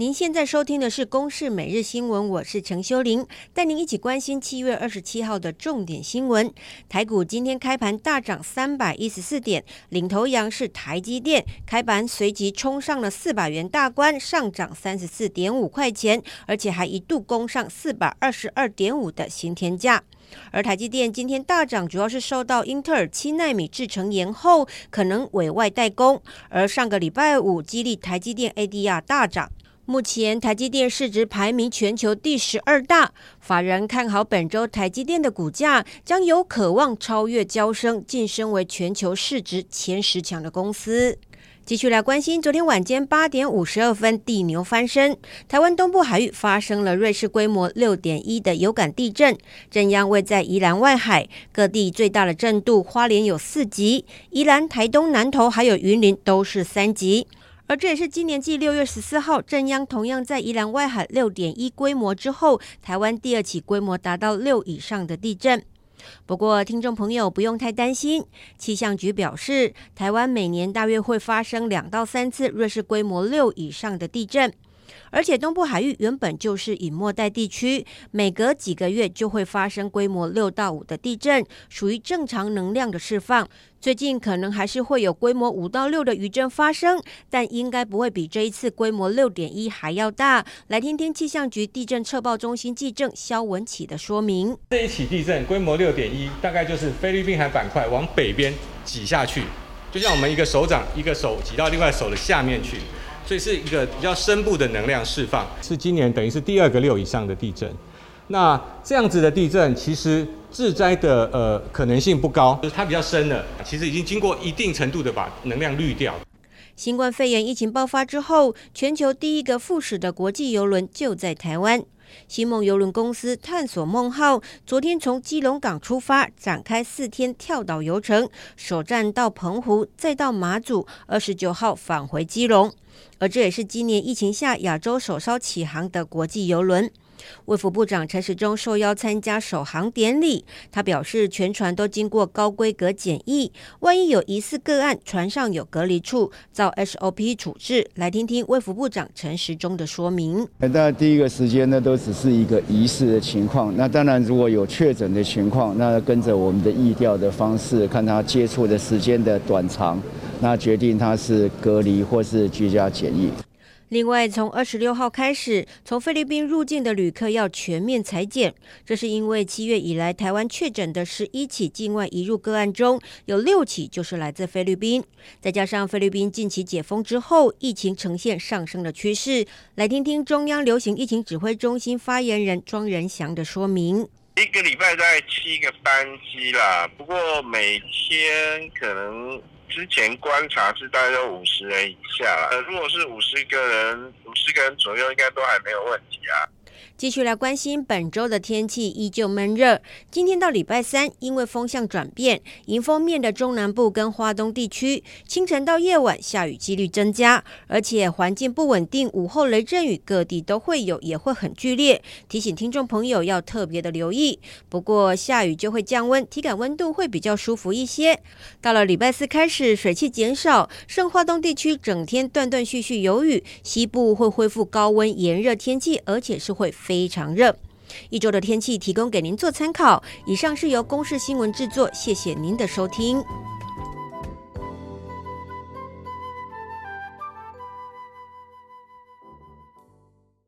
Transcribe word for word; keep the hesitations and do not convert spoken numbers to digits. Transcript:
您现在收听的是公视每日新闻，我是陈修玲，带您一起关心七月二十七号的重点新闻。台股今天开盘大涨三百一十四点，领头羊是台积电，开盘随即冲上了四百元大关，上涨三十四点五块钱，而且还一度攻上四百二十二点五的新天价。而台积电今天大涨，主要是受到英特尔七奈米制程延后，可能委外代工，而上个礼拜五激励台积电 A D R 大涨。目前台积电市值排名全球第十二大，法人看好本周台积电的股价将有渴望超越交生，晋升为全球市值前十强的公司。继续来关心，昨天晚间八点五十二分，地牛翻身，台湾东部海域发生了瑞士规模六点一的有感地震，震央位在宜兰外海，各地最大的震度，花莲有四级，宜兰、台东、南投还有云林都是三级。而这也是今年继六月十四号震央同样在宜兰外海六点一规模之后，台湾第二起规模达到六以上的地震。不过听众朋友不用太担心，气象局表示，台湾每年大约会发生两到三次瑞士规模六以上的地震，而且东部海域原本就是隐没带地区，每隔几个月就会发生规模六到五的地震，属于正常能量的释放。最近可能还是会有规模五到六的余震发生，但应该不会比这一次规模六点一还要大。来听听气象局地震测报中心技正萧文启的说明。 这一起地震规模六点一，大概就是菲律宾海板块往北边挤下去，就像我们一个手掌一个手挤到另外手的下面去，所以是一个比较深部的能量释放，是今年等于是第二个六以上的地震。那这样子的地震，其实致灾的呃可能性不高，就是它比较深了，其实已经经过一定程度的把能量滤掉。 新冠肺炎疫情爆发之后，全球第一个复驶的国际邮轮就在台湾。新梦邮轮公司探索梦号昨天从基隆港出发，展开四天跳岛游程，首站到澎湖，再到马祖，二十九号返回基隆。而这也是今年疫情下亚洲首艘启航的国际邮轮。卫福部长陈时中受邀参加首航典礼，他表示全船都经过高规格检疫，万一有疑似个案，船上有隔离处，照 S O P 处置。来听听卫福部长陈时中的说明。 那第一个时间呢，都只是一个疑似的情况。那当然，如果有确诊的情况，那跟着我们的疫调的方式，看他接触的时间的短长，那决定他是隔离或是居家检疫。 另外，从二十六号开始，从菲律宾入境的旅客要全面采检，这是因为七月以来台湾确诊的十一起境外移入个案中，有六起就是来自菲律宾，再加上菲律宾近期解封之后，疫情呈现上升的趋势。来听听中央流行疫情指挥中心发言人庄仁祥的说明。 一个礼拜大概七个班机啦，不过每天可能之前观察是大概都五十人以下啦，呃，如果是五十个人，五十个人左右，应该都还没有问题啊。 继续来关心本周的天气依旧闷热，今天到礼拜三，因为风向转变，迎风面的中南部跟花东地区，清晨到夜晚下雨几率增加，而且环境不稳定，午后雷阵雨各地都会有，也会很剧烈，提醒听众朋友要特别的留意。不过下雨就会降温，体感温度会比较舒服一些。到了礼拜四开始，水汽减少，剩花东地区整天断断续续有雨，西部会恢复高温炎热天气，而且是会非常热。一周的天气提供给您做参考。以上是由公视新闻制作，谢谢您的收听。